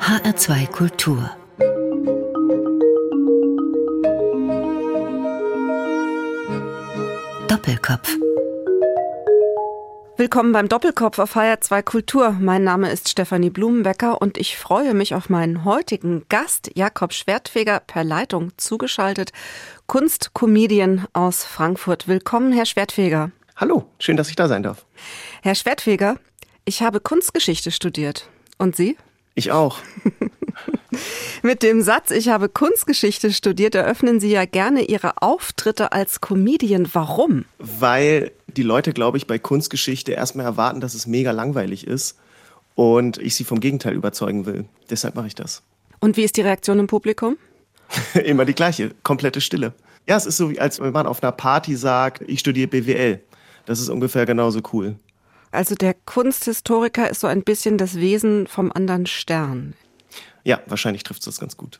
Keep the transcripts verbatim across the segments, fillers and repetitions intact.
H R zwei Kultur. Doppelkopf. Willkommen beim Doppelkopf auf H R zwei Kultur. Mein Name ist Stefanie Blumenbecker und ich freue mich auf meinen heutigen Gast, Jakob Schwertfeger, per Leitung zugeschaltet, Kunstcomedian aus Frankfurt. Willkommen, Herr Schwertfeger. Hallo, schön, dass ich da sein darf. Herr Schwertfeger, ich habe Kunstgeschichte studiert. Und Sie? Ich auch. Mit dem Satz, ich habe Kunstgeschichte studiert, eröffnen Sie ja gerne Ihre Auftritte als Comedian. Warum? Weil die Leute, glaube ich, bei Kunstgeschichte erstmal erwarten, dass es mega langweilig ist und ich sie vom Gegenteil überzeugen will. Deshalb mache ich das. Und wie ist die Reaktion im Publikum? Immer die gleiche, komplette Stille. Ja, es ist so, wie als wenn man auf einer Party sagt, ich studiere B W L. Das ist ungefähr genauso cool. Also der Kunsthistoriker ist so ein bisschen das Wesen vom anderen Stern. Ja, wahrscheinlich trifft es das ganz gut.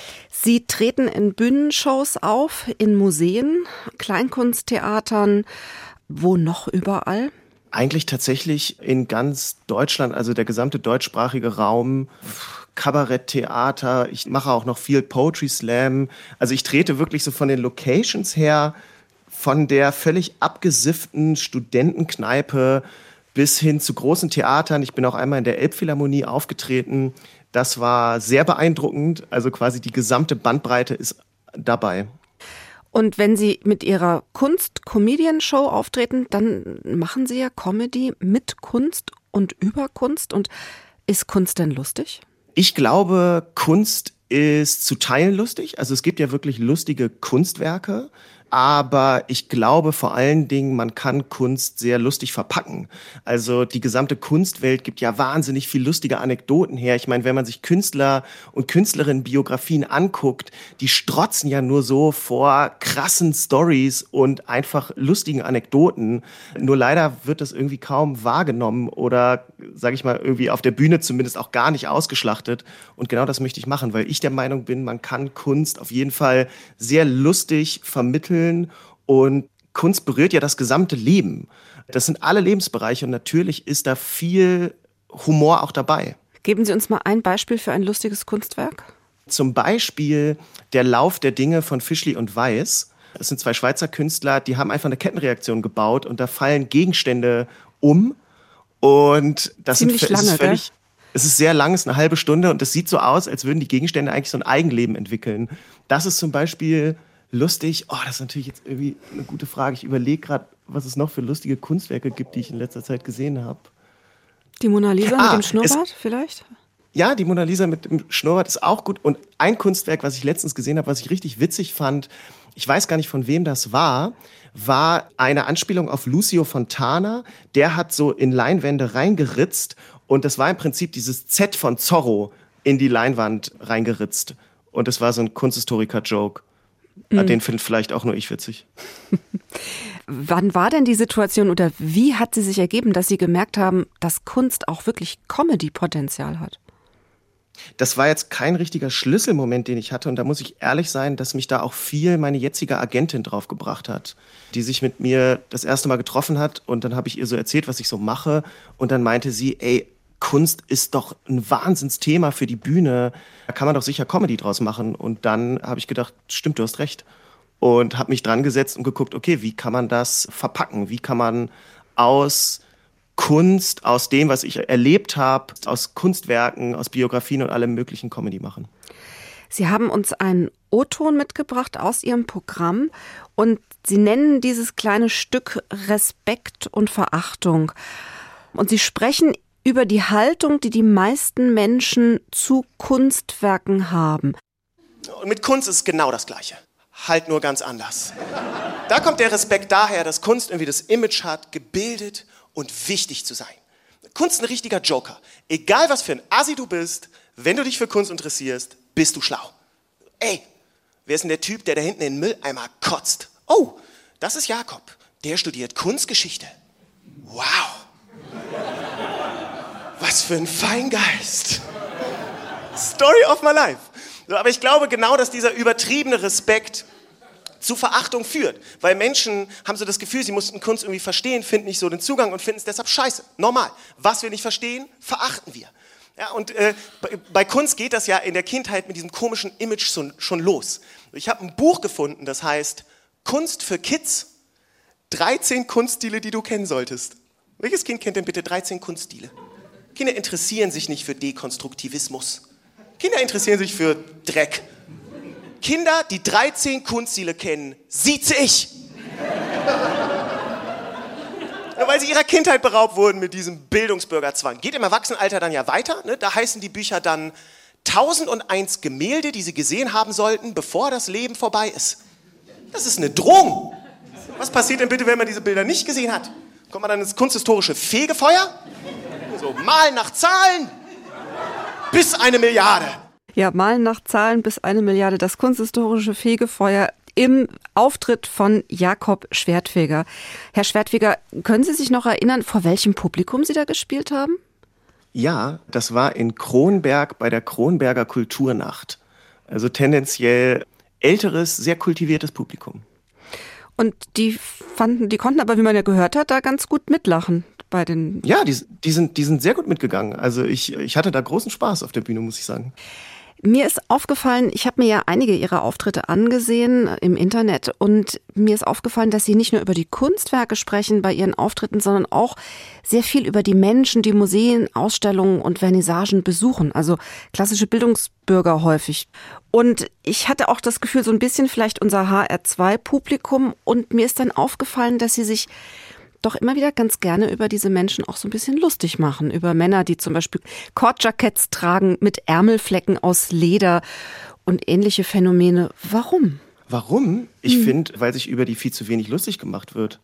Sie treten in Bühnenshows auf, in Museen, Kleinkunsttheatern, wo noch überall? Eigentlich tatsächlich in ganz Deutschland, also der gesamte deutschsprachige Raum, Kabaretttheater. Ich mache auch noch viel Poetry Slam. Also ich trete wirklich so von den Locations her, von der völlig abgesifften Studentenkneipe bis hin zu großen Theatern. Ich bin auch einmal in der Elbphilharmonie aufgetreten. Das war sehr beeindruckend. Also quasi die gesamte Bandbreite ist dabei. Und wenn Sie mit Ihrer Kunst-Comedian-Show auftreten, dann machen Sie ja Comedy mit Kunst und über Kunst. Und ist Kunst denn lustig? Ich glaube, Kunst ist zu Teilen lustig. Also es gibt ja wirklich lustige Kunstwerke. Aber ich glaube vor allen Dingen, man kann Kunst sehr lustig verpacken. Also die gesamte Kunstwelt gibt ja wahnsinnig viel lustige Anekdoten her. Ich meine, wenn man sich Künstler und Künstlerinnen-Biografien anguckt, die strotzen ja nur so vor krassen Stories und einfach lustigen Anekdoten. Nur leider wird das irgendwie kaum wahrgenommen oder, sage ich mal, irgendwie auf der Bühne zumindest auch gar nicht ausgeschlachtet. Und genau das möchte ich machen, weil ich der Meinung bin, man kann Kunst auf jeden Fall sehr lustig vermitteln. Und Kunst berührt ja das gesamte Leben. Das sind alle Lebensbereiche und natürlich ist da viel Humor auch dabei. Geben Sie uns mal ein Beispiel für ein lustiges Kunstwerk. Zum Beispiel der Lauf der Dinge von Fischli und Weiß. Das sind zwei Schweizer Künstler, die haben einfach eine Kettenreaktion gebaut und da fallen Gegenstände um. Und das Ziemlich sind, lange, ist völlig, gell? Es ist sehr lang, es ist eine halbe Stunde und es sieht so aus, als würden die Gegenstände eigentlich so ein Eigenleben entwickeln. Das ist zum Beispiel lustig. Oh, das ist natürlich jetzt irgendwie eine gute Frage. Ich überlege gerade, was es noch für lustige Kunstwerke gibt, die ich in letzter Zeit gesehen habe. Die Mona Lisa ah, mit dem Schnurrbart es, vielleicht? Ja, die Mona Lisa mit dem Schnurrbart ist auch gut. Und ein Kunstwerk, was ich letztens gesehen habe, was ich richtig witzig fand, ich weiß gar nicht, von wem das war, war eine Anspielung auf Lucio Fontana. Der hat so in Leinwände reingeritzt und das war im Prinzip dieses Z von Zorro in die Leinwand reingeritzt. Und das war so ein Kunsthistoriker-Joke. Mhm. Den findet vielleicht auch nur ich witzig. Wann war denn die Situation oder wie hat sie sich ergeben, dass Sie gemerkt haben, dass Kunst auch wirklich Comedy-Potenzial hat? Das war jetzt kein richtiger Schlüsselmoment, den ich hatte. Und da muss ich ehrlich sein, dass mich da auch viel meine jetzige Agentin drauf gebracht hat, die sich mit mir das erste Mal getroffen hat. Und dann habe ich ihr so erzählt, was ich so mache. Und dann meinte sie, ey, Kunst ist doch ein Wahnsinnsthema für die Bühne. Da kann man doch sicher Comedy draus machen. Und dann habe ich gedacht, stimmt, du hast recht. Und habe mich dran gesetzt und geguckt, okay, wie kann man das verpacken? Wie kann man aus Kunst, aus dem, was ich erlebt habe, aus Kunstwerken, aus Biografien und allem möglichen Comedy machen? Sie haben uns einen O-Ton mitgebracht aus Ihrem Programm und Sie nennen dieses kleine Stück Respekt und Verachtung. Und Sie sprechen über die Haltung, die die meisten Menschen zu Kunstwerken haben. Und mit Kunst ist es genau das Gleiche. Halt nur ganz anders. Da kommt der Respekt daher, dass Kunst irgendwie das Image hat, gebildet und wichtig zu sein. Kunst ist ein richtiger Joker. Egal was für ein Assi du bist, wenn du dich für Kunst interessierst, bist du schlau. Ey, wer ist denn der Typ, der da hinten in den Mülleimer kotzt? Oh, das ist Jakob. Der studiert Kunstgeschichte. Wow. Was für ein Feingeist. Story of my life. So, aber ich glaube genau, dass dieser übertriebene Respekt zu Verachtung führt. Weil Menschen haben so das Gefühl, sie mussten Kunst irgendwie verstehen, finden nicht so den Zugang und finden es deshalb scheiße. Normal. Was wir nicht verstehen, verachten wir. Ja, und äh, bei, bei Kunst geht das ja in der Kindheit mit diesem komischen Image so, schon los. Ich habe ein Buch gefunden, das heißt Kunst für Kids, dreizehn Kunststile, die du kennen solltest. Welches Kind kennt denn bitte dreizehn Kunststile? Kinder interessieren sich nicht für Dekonstruktivismus. Kinder interessieren sich für Dreck. Kinder, die dreizehn Kunststile kennen, sieze ich. Nur weil sie ihrer Kindheit beraubt wurden mit diesem Bildungsbürgerzwang. Geht im Erwachsenenalter dann ja weiter. Ne? Da heißen die Bücher dann tausendeins Gemälde, die sie gesehen haben sollten, bevor das Leben vorbei ist. Das ist eine Drohung. Was passiert denn bitte, wenn man diese Bilder nicht gesehen hat? Kommt man dann ins kunsthistorische Fegefeuer? So, malen nach Zahlen bis eine Milliarde. Ja, malen nach Zahlen bis eine Milliarde. Das kunsthistorische Fegefeuer im Auftritt von Jakob Schwertfeger. Herr Schwertfeger, können Sie sich noch erinnern, vor welchem Publikum Sie da gespielt haben? Ja, das war in Kronberg bei der Kronberger Kulturnacht. Also tendenziell älteres, sehr kultiviertes Publikum. Und die fanden, die konnten aber, wie man ja gehört hat, da ganz gut mitlachen bei den... Ja, die, die, sind, die sind sehr gut mitgegangen. Also ich, ich hatte da großen Spaß auf der Bühne, muss ich sagen. Mir ist aufgefallen, ich habe mir ja einige Ihrer Auftritte angesehen im Internet und mir ist aufgefallen, dass Sie nicht nur über die Kunstwerke sprechen bei Ihren Auftritten, sondern auch sehr viel über die Menschen, die Museen, Ausstellungen und Vernissagen besuchen, also klassische Bildungsbürger häufig. Und ich hatte auch das Gefühl, so ein bisschen vielleicht unser H R zwei Publikum, und mir ist dann aufgefallen, dass Sie sich doch immer wieder ganz gerne über diese Menschen auch so ein bisschen lustig machen. Über Männer, die zum Beispiel Kordjacketts tragen mit Ärmelflecken aus Leder und ähnliche Phänomene. Warum? Warum? Ich Hm. finde, weil sich über die viel zu wenig lustig gemacht wird.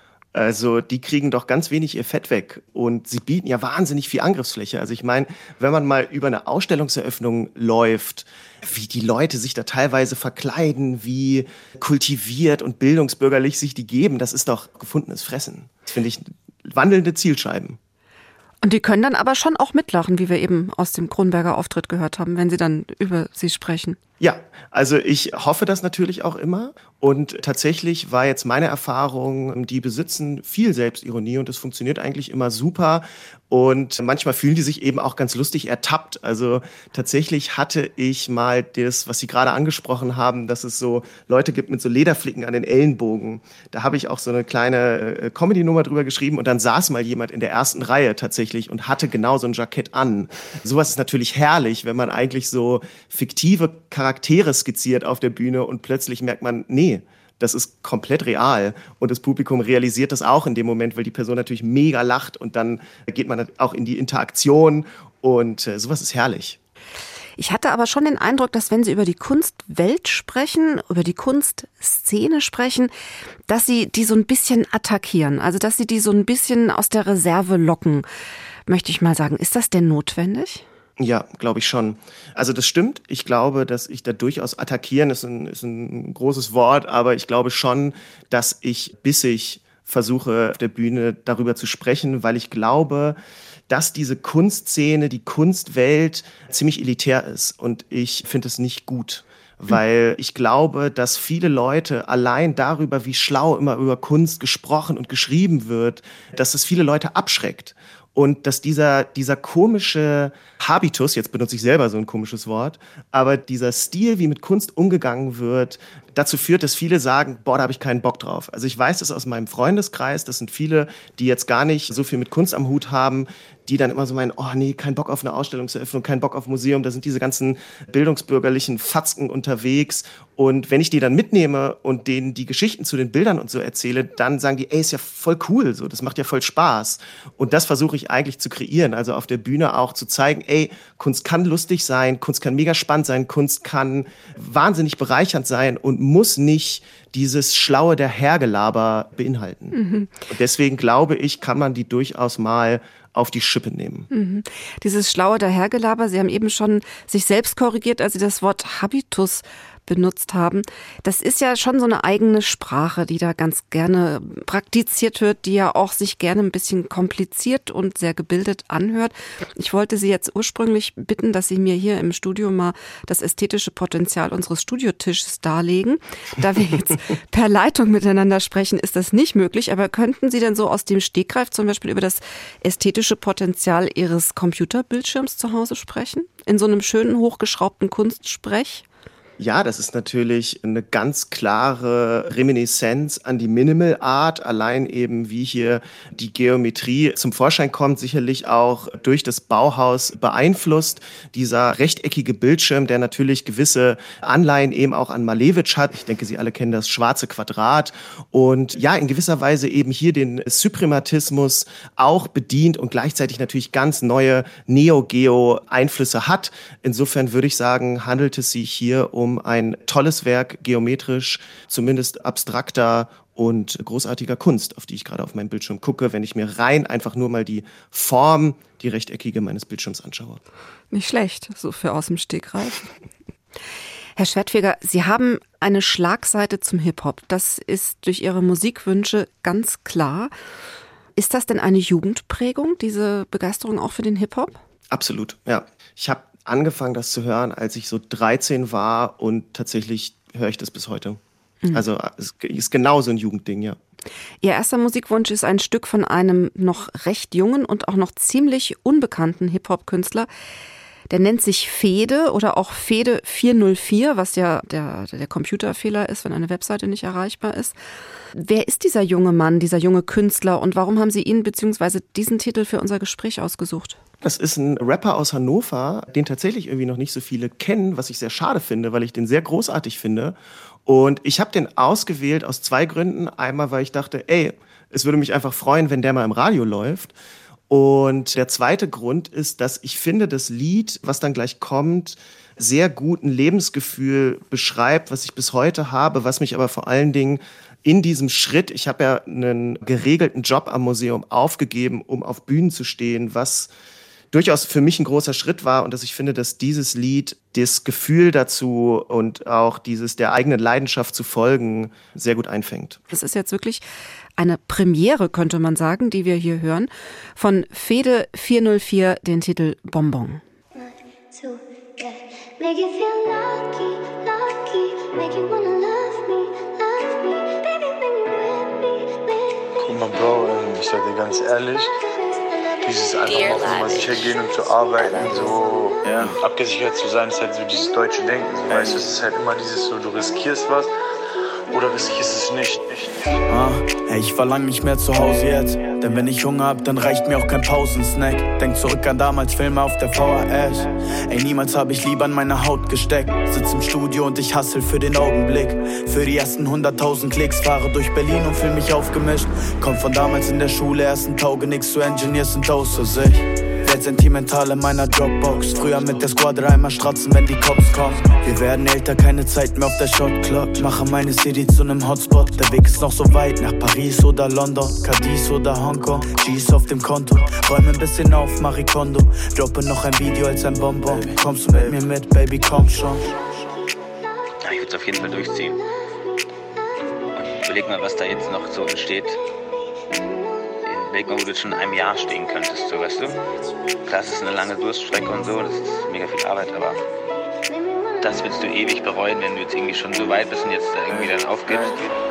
Also die kriegen doch ganz wenig ihr Fett weg und sie bieten ja wahnsinnig viel Angriffsfläche. Also ich meine, wenn man mal über eine Ausstellungseröffnung läuft, wie die Leute sich da teilweise verkleiden, wie kultiviert und bildungsbürgerlich sich die geben, das ist doch gefundenes Fressen. Das finde ich wandelnde Zielscheiben. Und die können dann aber schon auch mitlachen, wie wir eben aus dem Kronberger Auftritt gehört haben, wenn sie dann über sie sprechen. Ja, also ich hoffe das natürlich auch immer. Und tatsächlich war jetzt meine Erfahrung, die besitzen viel Selbstironie und es funktioniert eigentlich immer super. Und manchmal fühlen die sich eben auch ganz lustig ertappt. Also tatsächlich hatte ich mal das, was Sie gerade angesprochen haben, dass es so Leute gibt mit so Lederflicken an den Ellenbogen. Da habe ich auch so eine kleine Comedy-Nummer drüber geschrieben und dann saß mal jemand in der ersten Reihe tatsächlich und hatte genau so ein Jackett an. Sowas ist natürlich herrlich, wenn man eigentlich so fiktive Charaktere skizziert auf der Bühne und plötzlich merkt man, nee, das ist komplett real. Und das Publikum realisiert das auch in dem Moment, weil die Person natürlich mega lacht und dann geht man auch in die Interaktion und äh, sowas ist herrlich. Ich hatte aber schon den Eindruck, dass wenn Sie über die Kunstwelt sprechen, über die Kunstszene sprechen, dass Sie die so ein bisschen attackieren, also dass Sie die so ein bisschen aus der Reserve locken, möchte ich mal sagen. Ist das denn notwendig? Ja, glaube ich schon. Also das stimmt. Ich glaube, dass ich da durchaus attackieren ist ein, ist ein großes Wort, aber ich glaube schon, dass ich bissig versuche, auf der Bühne darüber zu sprechen, weil ich glaube, dass diese Kunstszene, die Kunstwelt ziemlich elitär ist und ich finde es nicht gut. Weil ich glaube, dass viele Leute allein darüber, wie schlau immer über Kunst gesprochen und geschrieben wird, dass es viele Leute abschreckt. Und dass dieser, dieser komische Habitus, jetzt benutze ich selber so ein komisches Wort, aber dieser Stil, wie mit Kunst umgegangen wird, dazu führt, dass viele sagen, boah, da habe ich keinen Bock drauf. Also ich weiß das aus meinem Freundeskreis, das sind viele, die jetzt gar nicht so viel mit Kunst am Hut haben, die dann immer so meinen, oh nee, kein Bock auf eine Ausstellungseröffnung, kein Bock auf Museum, da sind diese ganzen bildungsbürgerlichen Fatzken unterwegs. Und wenn ich die dann mitnehme und denen die Geschichten zu den Bildern und so erzähle, dann sagen die, ey, ist ja voll cool, so, das macht ja voll Spaß. Und das versuche ich eigentlich zu kreieren, also auf der Bühne auch zu zeigen, ey, Kunst kann lustig sein, Kunst kann mega spannend sein, Kunst kann wahnsinnig bereichernd sein und muss nicht dieses schlaue Dahergelaber beinhalten. Mhm. Und deswegen glaube ich, kann man die durchaus mal auf die Schippe nehmen. Mhm. Dieses schlaue Dahergelaber, Sie haben eben schon sich selbst korrigiert, als Sie das Wort Habitus benutzt haben. Das ist ja schon so eine eigene Sprache, die da ganz gerne praktiziert wird, die ja auch sich gerne ein bisschen kompliziert und sehr gebildet anhört. Ich wollte Sie jetzt ursprünglich bitten, dass Sie mir hier im Studio mal das ästhetische Potenzial unseres Studiotisches darlegen. Da wir jetzt per Leitung miteinander sprechen, ist das nicht möglich. Aber könnten Sie denn so aus dem Stegreif zum Beispiel über das ästhetische Potenzial Ihres Computerbildschirms zu Hause sprechen? In so einem schönen, hochgeschraubten Kunstsprech? Ja, das ist natürlich eine ganz klare Reminiszenz an die Minimal Art, allein eben wie hier die Geometrie zum Vorschein kommt, sicherlich auch durch das Bauhaus beeinflusst. Dieser rechteckige Bildschirm, der natürlich gewisse Anleihen eben auch an Malevich hat. Ich denke, Sie alle kennen das schwarze Quadrat und ja, in gewisser Weise eben hier den Suprematismus auch bedient und gleichzeitig natürlich ganz neue Neo-Geo-Einflüsse hat. Insofern würde ich sagen, handelt es sich hier um Um ein tolles Werk, geometrisch, zumindest abstrakter und großartiger Kunst, auf die ich gerade auf meinem Bildschirm gucke, wenn ich mir rein einfach nur mal die Form, die rechteckige meines Bildschirms anschaue. Nicht schlecht, so für aus dem Stegreif. Herr Schwertfeger, Sie haben eine Schlagseite zum Hip-Hop. Das ist durch Ihre Musikwünsche ganz klar. Ist das denn eine Jugendprägung, diese Begeisterung auch für den Hip-Hop? Absolut, ja. Ich habe angefangen, das zu hören, als ich so dreizehn war und tatsächlich höre ich das bis heute. Mhm. Also es ist genau so ein Jugendding, ja. Ihr erster Musikwunsch ist ein Stück von einem noch recht jungen und auch noch ziemlich unbekannten Hip-Hop-Künstler. Der nennt sich Fede oder auch Fede vier null vier, was ja der, der Computerfehler ist, wenn eine Webseite nicht erreichbar ist. Wer ist dieser junge Mann, dieser junge Künstler und warum haben Sie ihn bzw. diesen Titel für unser Gespräch ausgesucht? Das ist ein Rapper aus Hannover, den tatsächlich irgendwie noch nicht so viele kennen, was ich sehr schade finde, weil ich den sehr großartig finde. Und ich habe den ausgewählt aus zwei Gründen. Einmal, weil ich dachte, ey, es würde mich einfach freuen, wenn der mal im Radio läuft. Und der zweite Grund ist, dass ich finde, das Lied, was dann gleich kommt, sehr gut ein Lebensgefühl beschreibt, was ich bis heute habe, was mich aber vor allen Dingen in diesem Schritt, ich habe ja einen geregelten Job am Museum aufgegeben, um auf Bühnen zu stehen, was durchaus für mich ein großer Schritt war und dass ich finde, dass dieses Lied das Gefühl dazu und auch dieses der eigenen Leidenschaft zu folgen sehr gut einfängt. Das ist jetzt wirklich eine Premiere, könnte man sagen, die wir hier hören. Von Fede vier null vier den Titel Bonbon. Guck mal, Bro, ich sag dir ganz ehrlich, dieses einfach auf Nummer sicher gehen und zu arbeiten, so ja. abgesichert zu sein, ist halt so dieses deutsche Denken. So, weißt du, es ist halt immer dieses so, du riskierst was oder riskierst es nicht. Ah, ey, ich verlang nicht mehr zu Hause jetzt, denn wenn ich Hunger hab, dann reicht mir auch kein Pausensnack. Denk zurück an damals Filme auf der V H S. Ey, niemals hab ich lieber an meine Haut gesteckt. Sitz im Studio und ich hustle für den Augenblick. Für die ersten hunderttausend Klicks, fahre durch Berlin und fühl mich aufgemischt. Komm von damals in der Schule, ersten Taugenix zu Engineers und aus aus sich. Werd sentimental in meiner Dropbox. Früher mit der Squadra einmal stratzen, wenn die Cops kommen. Wir werden älter, keine Zeit mehr auf der Shotclock. Mache meine City zu nem Hotspot. Der Weg ist noch so weit, nach Paris oder London, Cadiz oder Hongkong. G's auf dem Konto, räume ein bisschen auf, Marie Kondo. Droppe noch ein Video als ein Bonbon. Kommst du mit mir mit, Baby, komm schon. Ja, ich würd's auf jeden Fall durchziehen. Und überleg mal, was da jetzt noch so entsteht. Überleg mal, wo du jetzt schon in einem Jahr stehen könntest, so, weißt du? Klar, es ist eine lange Durststrecke und so, das ist mega viel Arbeit, aber das willst du ewig bereuen, wenn du jetzt irgendwie schon so weit bist und jetzt da irgendwie dann aufgibst.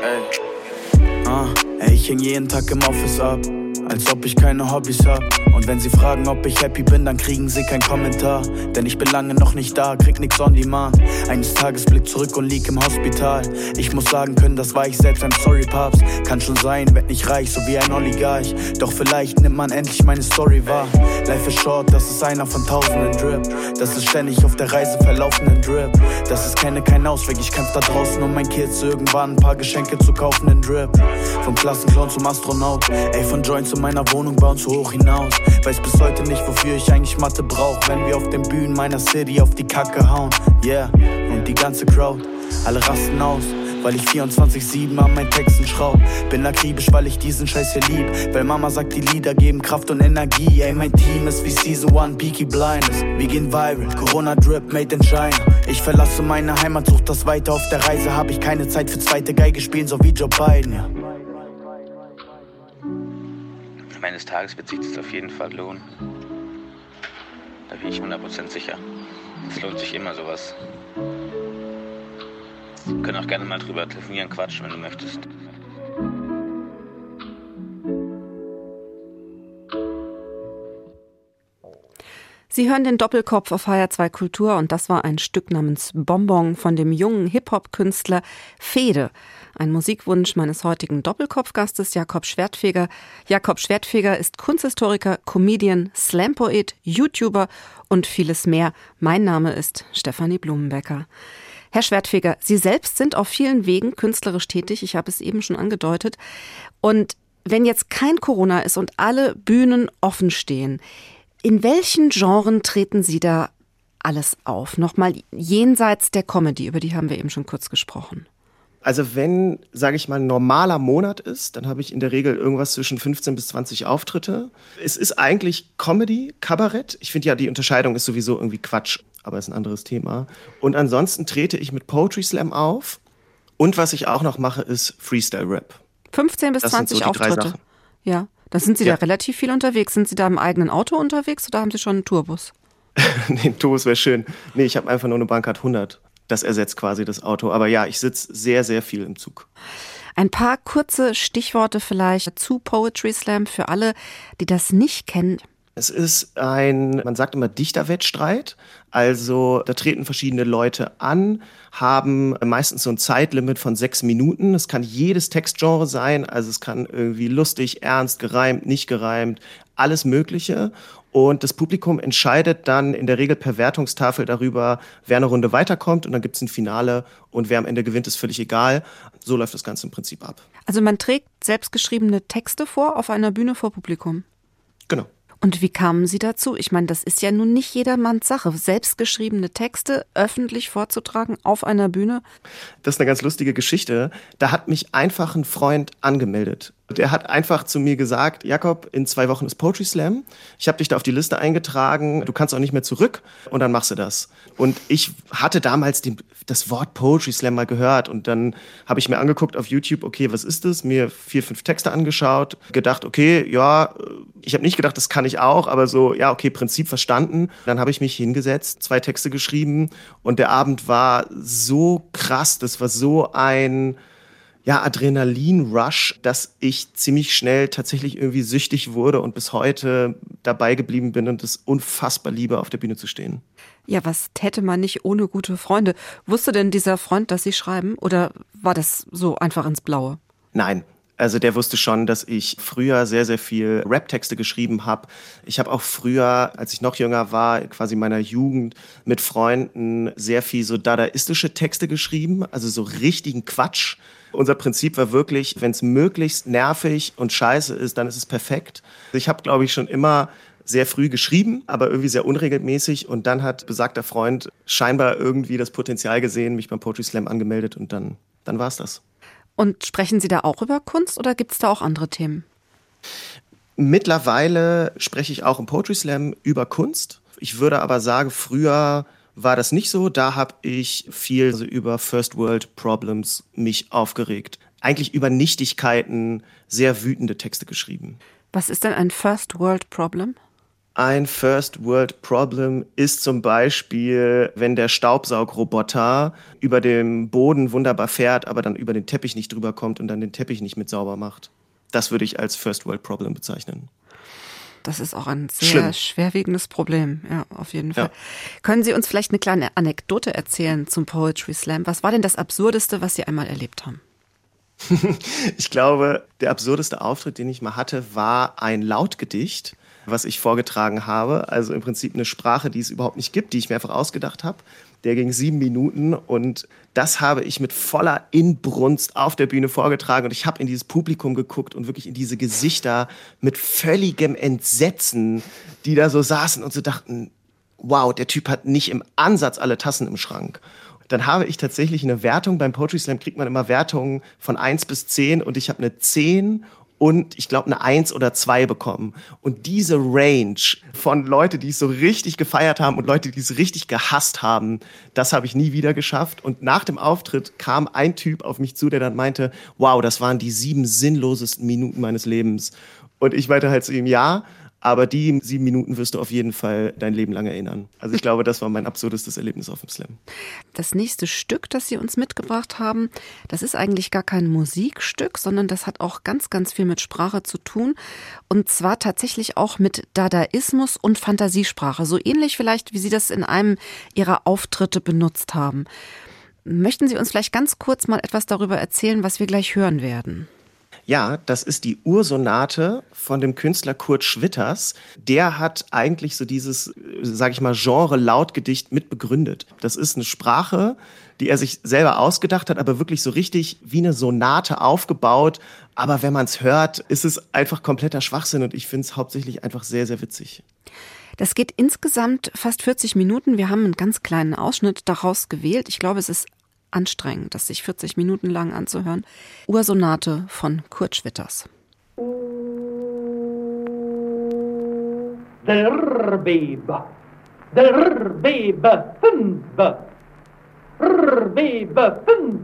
Ah, ey, ich häng jeden Tag im Office ab, als ob ich keine Hobbys hab. Und wenn sie fragen, ob ich happy bin, dann kriegen sie keinen Kommentar. Denn ich bin lange noch nicht da, krieg nix on demand. Eines Tages blick zurück und lieg im Hospital. Ich muss sagen können, das war ich selbst, I'm sorry, Papst. Kann schon sein, werd nicht reich, so wie ein Oligarch. Doch vielleicht nimmt man endlich meine Story wahr. Life is short, das ist einer von tausenden Drip. Das ist ständig auf der Reise verlaufenden Drip. Das ist kenne kein Ausweg, ich kämpf da draußen, um mein Kids irgendwann ein paar Geschenke zu kaufen in Drip. Vom Klassenclown zum Astronaut, ey, von Joint zu meiner Wohnung, bauen zu hoch hinaus. Weiß bis heute nicht, wofür ich eigentlich Mathe brauch. Wenn wir auf den Bühnen meiner City auf die Kacke hauen, yeah. Und die ganze Crowd, alle rasten aus, weil ich vierundzwanzig sieben an meinen Texten schraub. Bin akribisch, weil ich diesen Scheiß hier lieb, weil Mama sagt, die Lieder geben Kraft und Energie. Ey, mein Team ist wie Season one Peaky Blinders. Wir gehen viral, Corona Drip, made in China. Ich verlasse meine Heimat, such das weiter. Auf der Reise hab ich keine Zeit für zweite Geige spielen, so wie Joe Biden, ja. Eines Tages wird sich das auf jeden Fall lohnen. Da bin ich hundert Prozent sicher. Es lohnt sich immer sowas. Wir können auch gerne mal drüber telefonieren, quatschen, wenn du möchtest. Sie hören den Doppelkopf auf H R zwei Kultur und das war ein Stück namens Bonbon von dem jungen Hip-Hop-Künstler Fede. Ein Musikwunsch meines heutigen Doppelkopfgastes Jakob Schwertfeger. Jakob Schwertfeger ist Kunsthistoriker, Comedian, Slampoet, YouTuber und vieles mehr. Mein Name ist Stefanie Blumenbecker. Herr Schwertfeger, Sie selbst sind auf vielen Wegen künstlerisch tätig. Ich habe es eben schon angedeutet. Und wenn jetzt kein Corona ist und alle Bühnen offen stehen, in welchen Genren treten Sie da alles auf? Nochmal jenseits der Comedy, über die haben wir eben schon kurz gesprochen. Also wenn, sage ich mal, ein normaler Monat ist, dann habe ich in der Regel irgendwas zwischen fünfzehn bis zwanzig Auftritte. Es ist eigentlich Comedy, Kabarett. Ich finde ja, die Unterscheidung ist sowieso irgendwie Quatsch, aber ist ein anderes Thema. Und ansonsten trete ich mit Poetry Slam auf. Und was ich auch noch mache, ist Freestyle-Rap. fünfzehn bis zwanzig so Auftritte. Ja, da sind Sie ja. da relativ viel unterwegs. Sind Sie da im eigenen Auto unterwegs oder haben Sie schon einen Tourbus? Nee, ein Tourbus wäre schön. Nee, ich habe einfach nur eine Bahncard hundert. Das ersetzt quasi das Auto. Aber ja, ich sitze sehr, sehr viel im Zug. Ein paar kurze Stichworte vielleicht zu Poetry Slam für alle, die das nicht kennen. Es ist ein, man sagt immer Dichterwettstreit. Also da treten verschiedene Leute an, haben meistens so ein Zeitlimit von sechs Minuten. Es kann jedes Textgenre sein. Also es kann irgendwie lustig, ernst, gereimt, nicht gereimt, alles Mögliche. Und das Publikum entscheidet dann in der Regel per Wertungstafel darüber, wer eine Runde weiterkommt. Und dann gibt es ein Finale und wer am Ende gewinnt, ist völlig egal. So läuft das Ganze im Prinzip ab. Also man trägt selbstgeschriebene Texte vor auf einer Bühne vor Publikum? Genau. Und wie kamen Sie dazu? Ich meine, das ist ja nun nicht jedermanns Sache, selbstgeschriebene Texte öffentlich vorzutragen auf einer Bühne. Das ist eine ganz lustige Geschichte. Da hat mich einfach ein Freund angemeldet. Der hat einfach zu mir gesagt, Jakob, in zwei Wochen ist Poetry Slam. Ich habe dich da auf die Liste eingetragen. Du kannst auch nicht mehr zurück und dann machst du das. Und ich hatte damals den, das Wort Poetry Slam mal gehört und dann habe ich mir angeguckt auf YouTube, okay, was ist das? Mir vier, fünf Texte angeschaut, gedacht, okay, ja, ich habe nicht gedacht, das kann ich auch, aber so, ja, okay, Prinzip verstanden. Dann habe ich mich hingesetzt, zwei Texte geschrieben und der Abend war so krass, das war so ein ja, Adrenalin-Rush, dass ich ziemlich schnell tatsächlich irgendwie süchtig wurde und bis heute dabei geblieben bin und es unfassbar liebe, auf der Bühne zu stehen. Ja, was täte man nicht ohne gute Freunde? Wusste denn dieser Freund, dass Sie schreiben oder war das so einfach ins Blaue? Nein. Also der wusste schon, dass ich früher sehr, sehr viel Rap-Texte geschrieben habe. Ich habe auch früher, als ich noch jünger war, quasi in meiner Jugend mit Freunden sehr viel so dadaistische Texte geschrieben, also so richtigen Quatsch. Unser Prinzip war wirklich, wenn es möglichst nervig und scheiße ist, dann ist es perfekt. Ich habe, glaube ich, schon immer sehr früh geschrieben, aber irgendwie sehr unregelmäßig. Und dann hat besagter Freund scheinbar irgendwie das Potenzial gesehen, mich beim Poetry Slam angemeldet und dann, dann war es das. Und sprechen Sie da auch über Kunst oder gibt es da auch andere Themen? Mittlerweile spreche ich auch im Poetry Slam über Kunst. Ich würde aber sagen, früher war das nicht so. Da habe ich viel also über First World Problems mich aufgeregt. Eigentlich über Nichtigkeiten sehr wütende Texte geschrieben. Was ist denn ein First World Problem? Ein First World Problem ist zum Beispiel, wenn der Staubsaugroboter über dem Boden wunderbar fährt, aber dann über den Teppich nicht drüber kommt und dann den Teppich nicht mit sauber macht. Das würde ich als First World Problem bezeichnen. Das ist auch ein sehr Schlimm. schwerwiegendes Problem, ja, auf jeden Fall. Ja. Können Sie uns vielleicht eine kleine Anekdote erzählen zum Poetry Slam? Was war denn das Absurdeste, was Sie einmal erlebt haben? Ich glaube, der absurdeste Auftritt, den ich mal hatte, war ein Lautgedicht, was ich vorgetragen habe. Also im Prinzip eine Sprache, die es überhaupt nicht gibt, die ich mir einfach ausgedacht habe. Der ging sieben Minuten und das habe ich mit voller Inbrunst auf der Bühne vorgetragen. Und ich habe in dieses Publikum geguckt und wirklich in diese Gesichter mit völligem Entsetzen, die da so saßen und so dachten, wow, der Typ hat nicht im Ansatz alle Tassen im Schrank. dann habe ich tatsächlich eine Wertung. Beim Poetry Slam kriegt man immer Wertungen von eins bis zehn und ich habe eine zehn und ich glaube eine eins oder zwei bekommen. Und diese Range von Leute, die es so richtig gefeiert haben und Leute, die es richtig gehasst haben, das habe ich nie wieder geschafft. Und nach dem Auftritt kam ein Typ auf mich zu, der dann meinte, wow, das waren die sieben sinnlosesten Minuten meines Lebens. Und ich meinte halt zu ihm, ja, aber die sieben Minuten wirst du auf jeden Fall dein Leben lang erinnern. Also ich glaube, das war mein absurdestes Erlebnis auf dem Slam. Das nächste Stück, das Sie uns mitgebracht haben, das ist eigentlich gar kein Musikstück, sondern das hat auch ganz, ganz viel mit Sprache zu tun. Und zwar tatsächlich auch mit Dadaismus und Fantasiesprache. So ähnlich vielleicht, wie Sie das in einem Ihrer Auftritte benutzt haben. Möchten Sie uns vielleicht ganz kurz mal etwas darüber erzählen, was wir gleich hören werden? Ja, das ist die Ursonate von dem Künstler Kurt Schwitters. Der hat eigentlich so dieses, sage ich mal, Genre-Lautgedicht mit begründet. Das ist eine Sprache, die er sich selber ausgedacht hat, aber wirklich so richtig wie eine Sonate aufgebaut. Aber wenn man es hört, ist es einfach kompletter Schwachsinn und ich finde es hauptsächlich einfach sehr, sehr witzig. Das geht insgesamt fast vierzig Minuten. Wir haben einen ganz kleinen Ausschnitt daraus gewählt. Ich glaube, es ist anstrengend, das sich vierzig Minuten lang anzuhören. Ursonate von Kurt Schwitters. Der Bebe, der Bebe, fünf, der Bebe, fünf,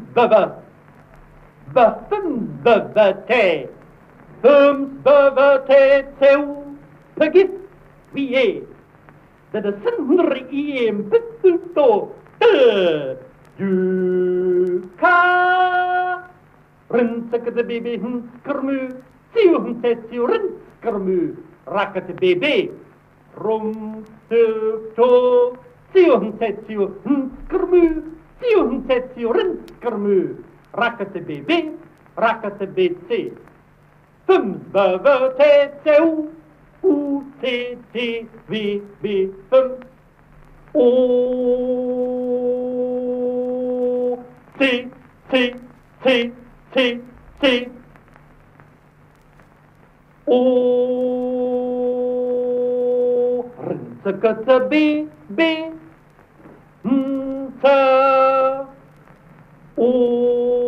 be, fünf, be, te, fünf, be, te, zeu, begif, wie je, de de sindre i em pitto, de, du ka, rinseke de baby hinskermu, ziu hinsetziu rinskermu, rakkete baby, rum, de, to, ziu hinsetziu hinskermu, ziu hinsetziu rinskermu, rakkete baby, rakkete bc, fünf, be, be, te, zeu, u, t, t, w, b, fünf, o, C, C, C, C, C. O, Rinsekete B, B, Nse, O.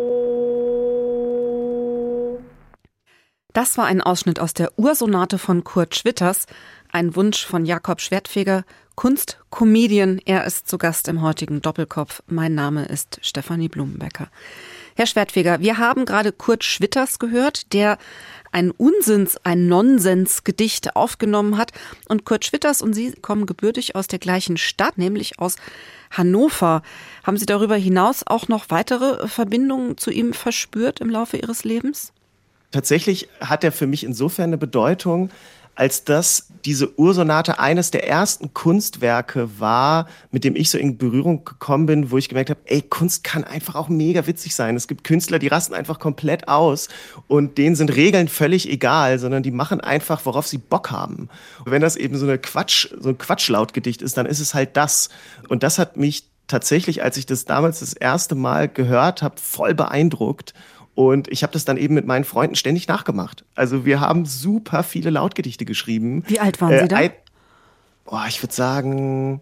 Das war ein Ausschnitt aus der Ursonate von Kurt Schwitters, ein Wunsch von Jakob Schwertfeger, Kunst-Comedian. Er ist zu Gast im heutigen Doppelkopf. Mein Name ist Stefanie Blumenbecker. Herr Schwertfeger, wir haben gerade Kurt Schwitters gehört, der ein Unsinns-, ein Nonsensgedicht aufgenommen hat. Und Kurt Schwitters und Sie kommen gebürtig aus der gleichen Stadt, nämlich aus Hannover. Haben Sie darüber hinaus auch noch weitere Verbindungen zu ihm verspürt im Laufe Ihres Lebens? Tatsächlich hat er für mich insofern eine Bedeutung, als dass diese Ursonate eines der ersten Kunstwerke war, mit dem ich so in Berührung gekommen bin, wo ich gemerkt habe, ey, Kunst kann einfach auch mega witzig sein. Es gibt Künstler, die rasten einfach komplett aus und denen sind Regeln völlig egal, sondern die machen einfach, worauf sie Bock haben. Und wenn das eben so eine Quatsch, so ein Quatschlautgedicht ist, dann ist es halt das. Und das hat mich tatsächlich, als ich das damals das erste Mal gehört habe, voll beeindruckt. Und ich habe das dann eben mit meinen Freunden ständig nachgemacht. Also wir haben super viele Lautgedichte geschrieben. Wie alt waren Sie da? Äh, oh, ich würde sagen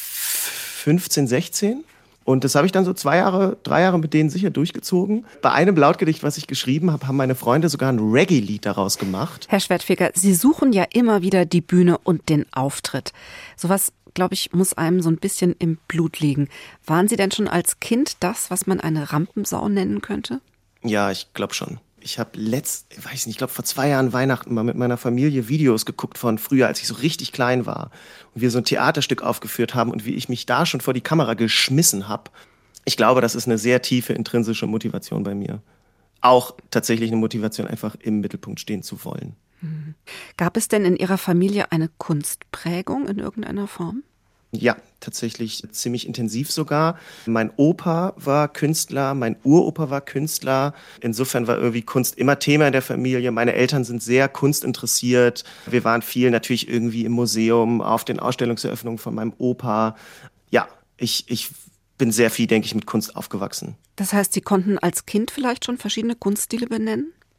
fünfzehn, sechzehn. Und das habe ich dann so zwei Jahre, drei Jahre mit denen sicher durchgezogen. Bei einem Lautgedicht, was ich geschrieben habe, haben meine Freunde sogar ein Reggae-Lied daraus gemacht. Herr Schwertfeger, Sie suchen ja immer wieder die Bühne und den Auftritt. Sowas, glaube ich, muss einem so ein bisschen im Blut liegen. Waren Sie denn schon als Kind das, was man eine Rampensau nennen könnte? Ja, ich glaube schon. Ich habe letzt, ich weiß nicht, ich glaube vor zwei Jahren Weihnachten mal mit meiner Familie Videos geguckt von früher, als ich so richtig klein war. Und wir so ein Theaterstück aufgeführt haben und wie ich mich da schon vor die Kamera geschmissen habe. Ich glaube, das ist eine sehr tiefe intrinsische Motivation bei mir. Auch tatsächlich eine Motivation, einfach im Mittelpunkt stehen zu wollen. Mhm. Gab es denn in Ihrer Familie eine Kunstprägung in irgendeiner Form? Ja, tatsächlich ziemlich intensiv sogar. Mein Opa war Künstler, mein Uropa war Künstler. Insofern war irgendwie Kunst immer Thema in der Familie. Meine Eltern sind sehr kunstinteressiert. Wir waren viel natürlich irgendwie im Museum, auf den Ausstellungseröffnungen von meinem Opa. Ja, ich, ich bin sehr viel, denke ich, mit Kunst aufgewachsen. Das heißt, Sie konnten als Kind vielleicht schon verschiedene Kunststile benennen?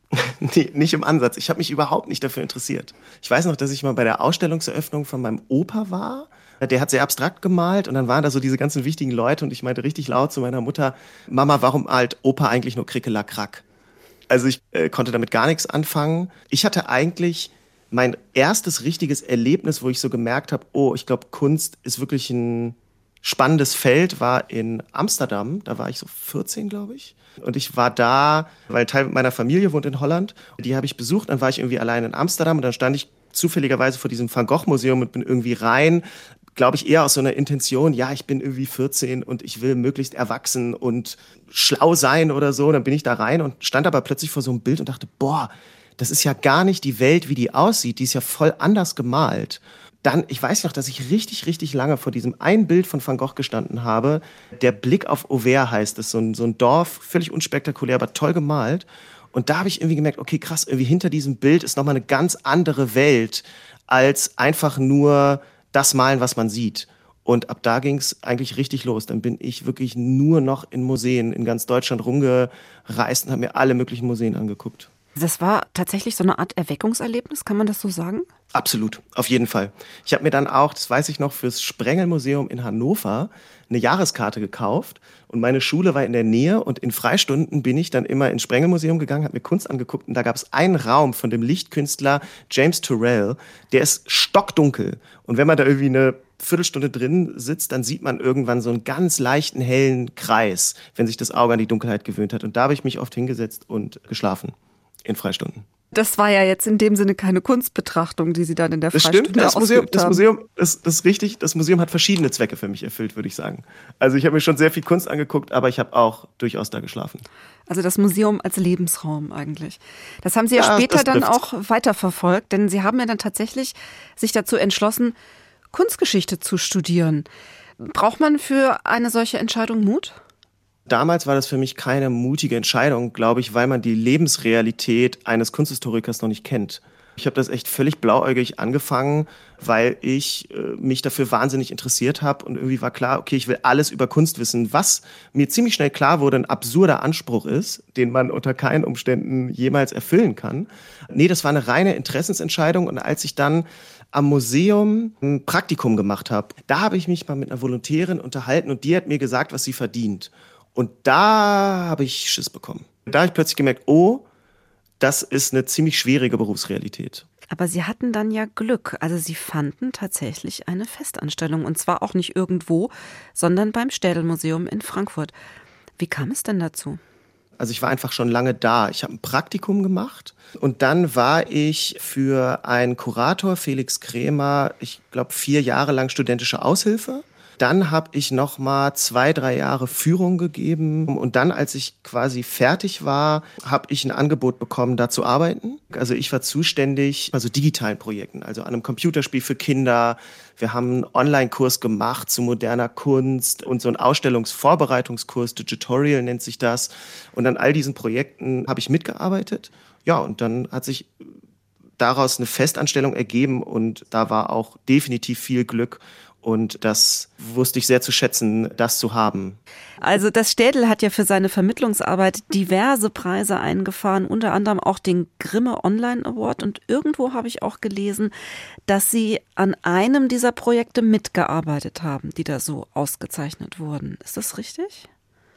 Nee, nicht im Ansatz. Ich habe mich überhaupt nicht dafür interessiert. Ich weiß noch, dass ich mal bei der Ausstellungseröffnung von meinem Opa war. Der hat sehr abstrakt gemalt und dann waren da so diese ganzen wichtigen Leute und ich meinte richtig laut zu meiner Mutter, Mama, warum malt Opa eigentlich nur Krickelakrack? Also ich äh, konnte damit gar nichts anfangen. Ich hatte eigentlich mein erstes richtiges Erlebnis, wo ich so gemerkt habe, oh, ich glaube, Kunst ist wirklich ein spannendes Feld, war in Amsterdam. Da war ich so vierzehn, glaube ich. Und ich war da, weil ein Teil meiner Familie wohnt in Holland. Die habe ich besucht. Dann war ich irgendwie allein in Amsterdam und dann stand ich zufälligerweise vor diesem Van Gogh Museum und bin irgendwie rein. Glaube ich eher aus so einer Intention, ja, ich bin irgendwie vierzehn und ich will möglichst erwachsen und schlau sein oder so. Dann bin ich da rein und stand aber plötzlich vor so einem Bild und dachte, boah, das ist ja gar nicht die Welt, wie die aussieht. Die ist ja voll anders gemalt. Dann, ich weiß noch, dass ich richtig, richtig lange vor diesem einen Bild von Van Gogh gestanden habe. Der Blick auf Auvers heißt es, so ein, so ein Dorf, völlig unspektakulär, aber toll gemalt. Und da habe ich irgendwie gemerkt, okay, krass, irgendwie hinter diesem Bild ist nochmal eine ganz andere Welt als einfach nur das Malen, was man sieht. Und ab da ging es eigentlich richtig los. Dann bin ich wirklich nur noch in Museen in ganz Deutschland rumgereist und habe mir alle möglichen Museen angeguckt. Das war tatsächlich so eine Art Erweckungserlebnis, kann man das so sagen? Absolut, auf jeden Fall. Ich habe mir dann auch, das weiß ich noch, fürs Sprengelmuseum in Hannover eine Jahreskarte gekauft und meine Schule war in der Nähe und in Freistunden bin ich dann immer ins Sprengelmuseum gegangen, habe mir Kunst angeguckt und da gab es einen Raum von dem Lichtkünstler James Turrell, der ist stockdunkel und wenn man da irgendwie eine Viertelstunde drin sitzt, dann sieht man irgendwann so einen ganz leichten, hellen Kreis, wenn sich das Auge an die Dunkelheit gewöhnt hat und da habe ich mich oft hingesetzt und geschlafen in Freistunden. Das war ja jetzt in dem Sinne keine Kunstbetrachtung, die Sie dann in der das Freistunde stimmt, das Museum, ausgeübt das haben. Museum, das, das ist richtig, das Museum hat verschiedene Zwecke für mich erfüllt, würde ich sagen. Also ich habe mir schon sehr viel Kunst angeguckt, aber ich habe auch durchaus da geschlafen. Also das Museum als Lebensraum eigentlich. Das haben Sie ja, Ja, später das dann trifft's. auch weiterverfolgt, denn Sie haben ja dann tatsächlich sich dazu entschlossen, Kunstgeschichte zu studieren. Braucht man für eine solche Entscheidung Mut? Damals war das für mich keine mutige Entscheidung, glaube ich, weil man die Lebensrealität eines Kunsthistorikers noch nicht kennt. Ich habe das echt völlig blauäugig angefangen, weil ich äh, mich dafür wahnsinnig interessiert habe und irgendwie war klar, okay, ich will alles über Kunst wissen, was mir ziemlich schnell klar wurde, ein absurder Anspruch ist, den man unter keinen Umständen jemals erfüllen kann. Nee, das war eine reine Interessensentscheidung und als ich dann am Museum ein Praktikum gemacht habe, da habe ich mich mal mit einer Volontärin unterhalten und die hat mir gesagt, was sie verdient. Und da habe ich Schiss bekommen. Da habe ich plötzlich gemerkt, oh, das ist eine ziemlich schwierige Berufsrealität. Aber Sie hatten dann ja Glück. Also Sie fanden tatsächlich eine Festanstellung. Und zwar auch nicht irgendwo, sondern beim Städel-Museum in Frankfurt. Wie kam es denn dazu? Also ich war einfach schon lange da. Ich habe ein Praktikum gemacht und dann war ich für einen Kurator, Felix Krämer, ich glaube vier Jahre lang studentische Aushilfe. Dann habe ich noch mal zwei, drei Jahre Führung gegeben und dann, als ich quasi fertig war, habe ich ein Angebot bekommen, da zu arbeiten. Also ich war zuständig, also digitalen Projekten, also an einem Computerspiel für Kinder. Wir haben einen Online-Kurs gemacht zu moderner Kunst und so einen Ausstellungsvorbereitungskurs, Digitorial nennt sich das. Und an all diesen Projekten habe ich mitgearbeitet. Ja, und dann hat sich daraus eine Festanstellung ergeben und da war auch definitiv viel Glück. Und das wusste ich sehr zu schätzen, das zu haben. Also das Städel hat ja für seine Vermittlungsarbeit diverse Preise eingefahren, unter anderem auch den Grimme Online Award. Und irgendwo habe ich auch gelesen, dass Sie an einem dieser Projekte mitgearbeitet haben, die da so ausgezeichnet wurden. Ist das richtig?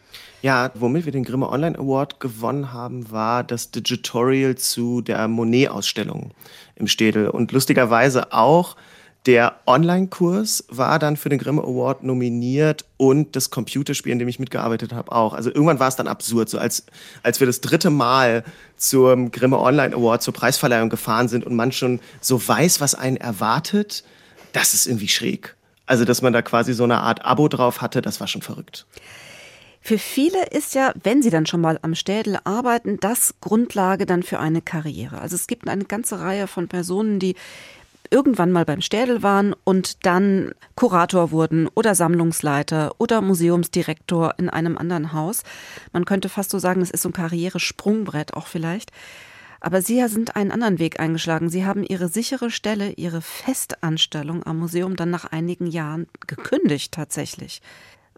Ja, womit wir den Grimme Online Award gewonnen haben, war das Digitorial zu der Monet-Ausstellung im Städel. Und lustigerweise auch der Online-Kurs war dann für den Grimme Award nominiert und das Computerspiel, in dem ich mitgearbeitet habe, auch. Also irgendwann war es dann absurd, so als, als wir das dritte Mal zum Grimme Online Award, zur Preisverleihung gefahren sind und man schon so weiß, was einen erwartet, das ist irgendwie schräg. Also dass man da quasi so eine Art Abo drauf hatte, das war schon verrückt. Für viele ist ja, wenn sie dann schon mal am Städel arbeiten, das Grundlage dann für eine Karriere. Also es gibt eine ganze Reihe von Personen, die irgendwann mal beim Städel waren und dann Kurator wurden oder Sammlungsleiter oder Museumsdirektor in einem anderen Haus. Man könnte fast so sagen, es ist so ein Karrieresprungbrett auch vielleicht. Aber Sie sind einen anderen Weg eingeschlagen. Sie haben Ihre sichere Stelle, Ihre Festanstellung am Museum dann nach einigen Jahren gekündigt tatsächlich.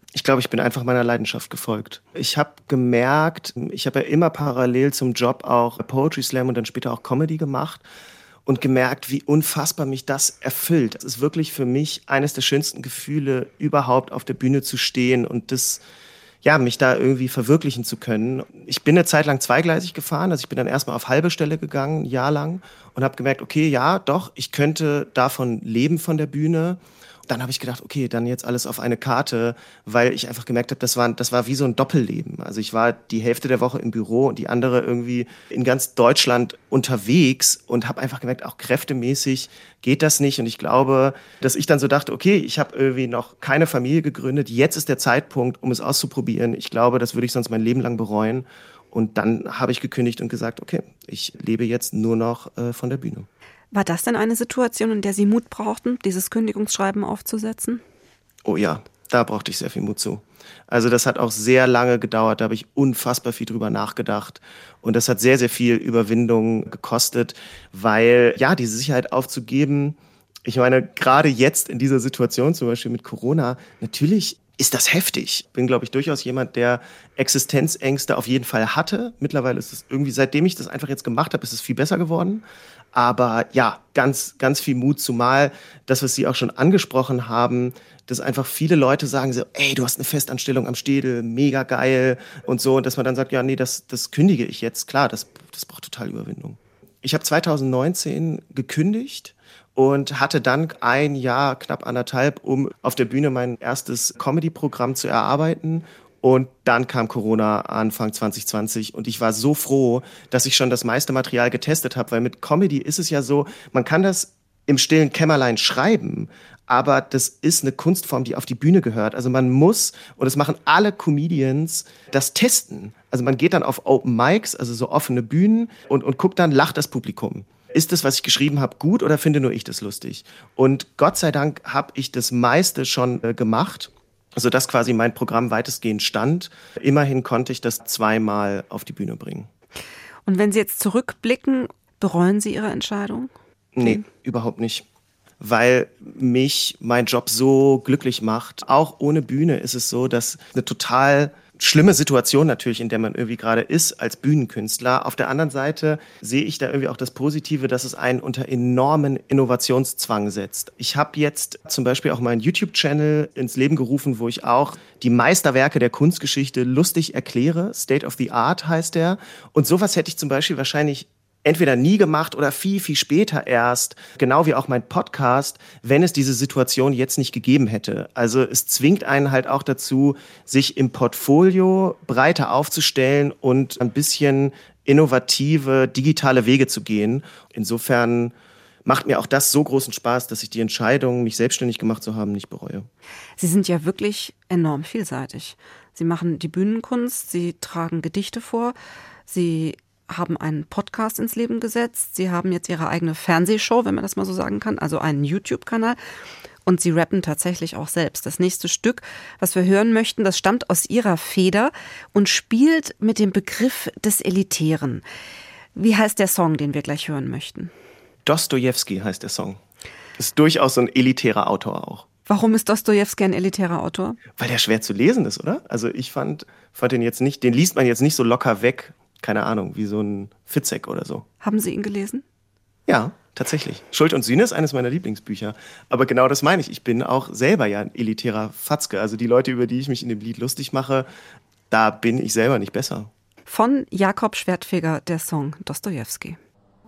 Ich glaube, ich bin einfach meiner Leidenschaft gefolgt. Ich habe gemerkt, ich habe ja immer parallel zum Job auch Poetry Slam und dann später auch Comedy gemacht und gemerkt, wie unfassbar mich das erfüllt. Es ist wirklich für mich eines der schönsten Gefühle, überhaupt auf der Bühne zu stehen und das, ja, mich da irgendwie verwirklichen zu können. Ich bin eine Zeit lang zweigleisig gefahren, also ich bin dann erstmal auf halbe Stelle gegangen, ein Jahr lang und habe gemerkt, okay, ja, doch, ich könnte davon leben von der Bühne. Dann habe ich gedacht, okay, dann jetzt alles auf eine Karte, weil ich einfach gemerkt habe, das war, das war wie so ein Doppelleben. Also ich war die Hälfte der Woche im Büro und die andere irgendwie in ganz Deutschland unterwegs und habe einfach gemerkt, auch kräftemäßig geht das nicht. Und ich glaube, dass ich dann so dachte, okay, ich habe irgendwie noch keine Familie gegründet, jetzt ist der Zeitpunkt, um es auszuprobieren. Ich glaube, das würde ich sonst mein Leben lang bereuen. Und dann habe ich gekündigt und gesagt, okay, ich lebe jetzt nur noch äh, von der Bühne. War das denn eine Situation, in der Sie Mut brauchten, dieses Kündigungsschreiben aufzusetzen? Oh ja, da brauchte ich sehr viel Mut zu. Also das hat auch sehr lange gedauert, da habe ich unfassbar viel drüber nachgedacht. Und das hat sehr, sehr viel Überwindung gekostet, weil ja, diese Sicherheit aufzugeben, ich meine, gerade jetzt in dieser Situation, zum Beispiel mit Corona, natürlich ist das heftig. Ich bin, glaube ich, durchaus jemand, der Existenzängste auf jeden Fall hatte. Mittlerweile ist es irgendwie, seitdem ich das einfach jetzt gemacht habe, ist es viel besser geworden. Aber ja, ganz, ganz viel Mut, zumal das, was Sie auch schon angesprochen haben, dass einfach viele Leute sagen so, ey, du hast eine Festanstellung am Städel, mega geil und so. Und dass man dann sagt, ja, nee, das, das kündige ich jetzt. Klar, das, das braucht total Überwindung. Ich habe zwanzig neunzehn gekündigt und hatte dann ein Jahr, knapp anderthalb, um auf der Bühne mein erstes Comedy-Programm zu erarbeiten. Und dann kam Corona Anfang zwanzig zwanzig und ich war so froh, dass ich schon das meiste Material getestet habe, weil mit Comedy ist es ja so, man kann das im stillen Kämmerlein schreiben, aber das ist eine Kunstform, die auf die Bühne gehört. Also man muss, und das machen alle Comedians, das testen. Also man geht dann auf Open Mics, also so offene Bühnen und, und guckt dann, lacht das Publikum. Ist das, was ich geschrieben habe, gut oder finde nur ich das lustig? Und Gott sei Dank habe ich das meiste schon äh, gemacht, sodass quasi mein Programm weitestgehend stand. Immerhin konnte ich das zweimal auf die Bühne bringen. Und wenn Sie jetzt zurückblicken, bereuen Sie Ihre Entscheidung? Nee, überhaupt nicht. Weil mich mein Job so glücklich macht. Auch ohne Bühne ist es so, dass eine total schlimme Situation natürlich, in der man irgendwie gerade ist als Bühnenkünstler. Auf der anderen Seite sehe ich da irgendwie auch das Positive, dass es einen unter enormen Innovationszwang setzt. Ich habe jetzt zum Beispiel auch meinen YouTube-Channel ins Leben gerufen, wo ich auch die Meisterwerke der Kunstgeschichte lustig erkläre. State of the Art heißt der. Und sowas hätte ich zum Beispiel wahrscheinlich entweder nie gemacht oder viel, viel später erst, genau wie auch mein Podcast, wenn es diese Situation jetzt nicht gegeben hätte. Also es zwingt einen halt auch dazu, sich im Portfolio breiter aufzustellen und ein bisschen innovative, digitale Wege zu gehen. Insofern macht mir auch das so großen Spaß, dass ich die Entscheidung, mich selbstständig gemacht zu haben, nicht bereue. Sie sind ja wirklich enorm vielseitig. Sie machen die Bühnenkunst, Sie tragen Gedichte vor, Sie haben einen Podcast ins Leben gesetzt. Sie haben jetzt Ihre eigene Fernsehshow, wenn man das mal so sagen kann, also einen YouTube-Kanal. Und Sie rappen tatsächlich auch selbst. Das nächste Stück, was wir hören möchten, das stammt aus Ihrer Feder und spielt mit dem Begriff des Elitären. Wie heißt der Song, den wir gleich hören möchten? Dostojewski heißt der Song. Ist durchaus so ein elitärer Autor auch. Warum ist Dostojewski ein elitärer Autor? Weil der schwer zu lesen ist, oder? Also ich fand, fand den jetzt nicht, den liest man jetzt nicht so locker weg. Keine Ahnung, wie so ein Fitzek oder so. Haben Sie ihn gelesen? Ja, tatsächlich. Schuld und Sühne ist eines meiner Lieblingsbücher. Aber genau das meine ich. Ich bin auch selber ja ein elitärer Fatzke. Also die Leute, über die ich mich in dem Lied lustig mache, da bin ich selber nicht besser. Von Jakob Schwertfeger, der Song Dostojewski.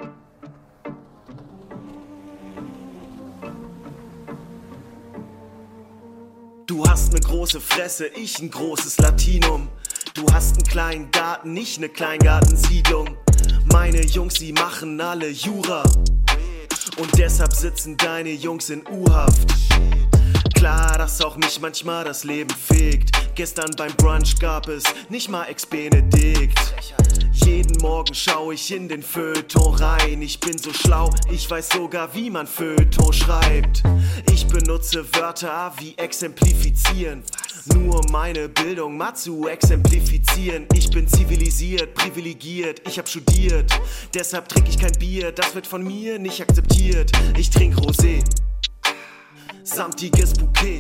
Du hast eine große Fresse, ich ein großes Latinum. Du hast einen kleinen Garten, nicht eine Kleingartensiedlung. Meine Jungs, die machen alle Jura. Und deshalb sitzen deine Jungs in U-Haft. Klar, dass auch mich manchmal das Leben fegt. Gestern beim Brunch gab es nicht mal Ex-Benedikt. Jeden Morgen schau ich in den Feuilleton rein. Ich bin so schlau, ich weiß sogar, wie man Feuilleton schreibt. Ich benutze Wörter wie exemplifizieren, nur um meine Bildung mal zu exemplifizieren. Ich bin zivilisiert, privilegiert, ich hab studiert. Deshalb trinke ich kein Bier, das wird von mir nicht akzeptiert. Ich trink Rosé, samtiges Bouquet.